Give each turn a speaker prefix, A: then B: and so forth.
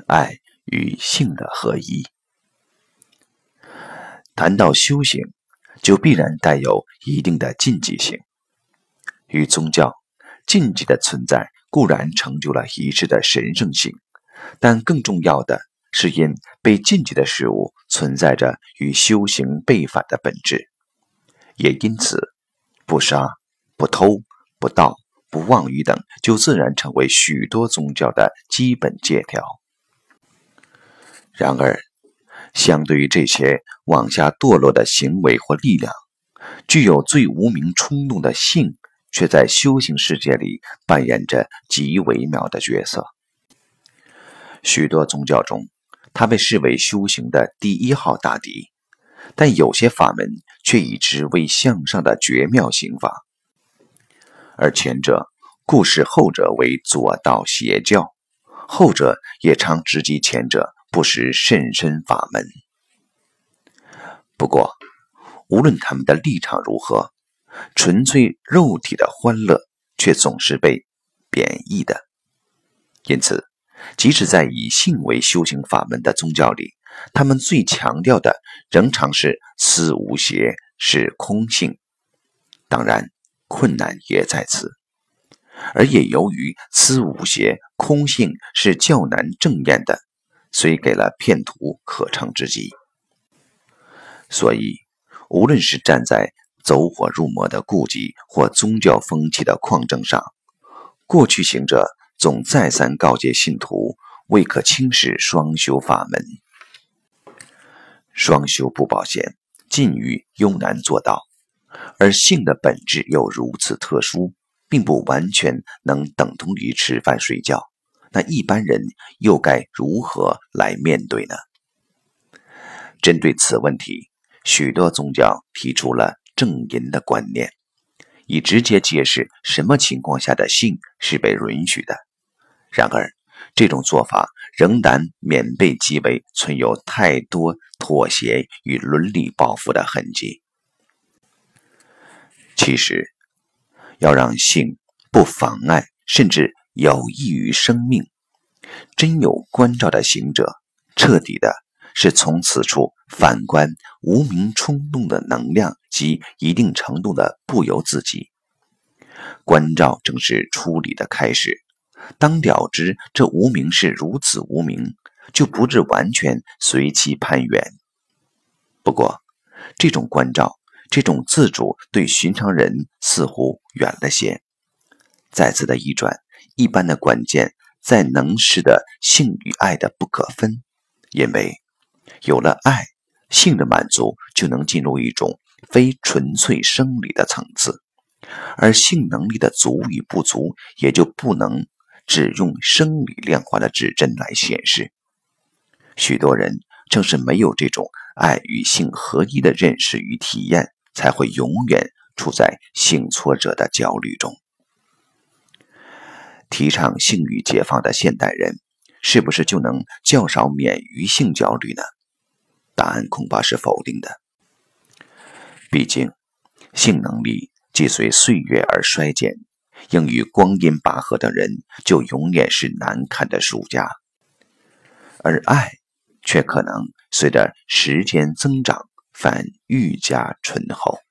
A: 爱与性的合一。谈到修行，就必然带有一定的禁忌性。与宗教，禁忌的存在固然成就了仪式的神圣性，但更重要的是因被禁忌的事物存在着与修行背反的本质，也因此不杀、不偷、不盗、不妄语等就自然成为许多宗教的基本戒条。然而，相对于这些往下堕落的行为或力量，具有最无名冲动的性却在修行世界里扮演着极微妙的角色。许多宗教中，它被视为修行的第一号大敌，但有些法门却以之为向上的绝妙刑法，而前者故视后者为左道邪教，后者也常直击前者不识甚深法门。不过，无论他们的立场如何，纯粹肉体的欢乐却总是被贬义的。因此，即使在以性为修行法门的宗教里，他们最强调的仍常是思无邪，是空性。当然，困难也在此。而也由于思无邪、空性是较难正验的，虽给了骗徒可乘之机。所以，无论是站在走火入魔的顾忌或宗教风气的匡正上，过去行者总再三告诫信徒未可轻视双修法门。双修不保险，禁欲又难做到，而性的本质又如此特殊，并不完全能等同于吃饭睡觉，那一般人又该如何来面对呢？针对此问题，许多宗教提出了正淫的观念，以直接解释什么情况下的性是被允许的。然而，这种做法仍然免被极为存有太多妥协与伦理抱负的痕迹。其实，要让性不妨碍甚至有益于生命，真有关照的行者，彻底的是从此处反观无名冲动的能量及一定程度的不由自己。关照正是出离的开始，当了知这无名是如此无名，就不致完全随其攀缘。不过，这种关照，这种自主对寻常人似乎远了些。再次的一转，一般的关键在能识的性与爱的不可分，因为有了爱，性的满足就能进入一种非纯粹生理的层次，而性能力的足与不足也就不能只用生理量化的指针来显示。许多人正是没有这种爱与性合一的认识与体验，才会永远处在性挫折的焦虑中。提倡性欲解放的现代人，是不是就能较少免于性焦虑呢？答案恐怕是否定的。毕竟，性能力既随岁月而衰减，应与光阴拔河的人就永远是难堪的输家，而爱却可能随着时间增长反愈加醇厚。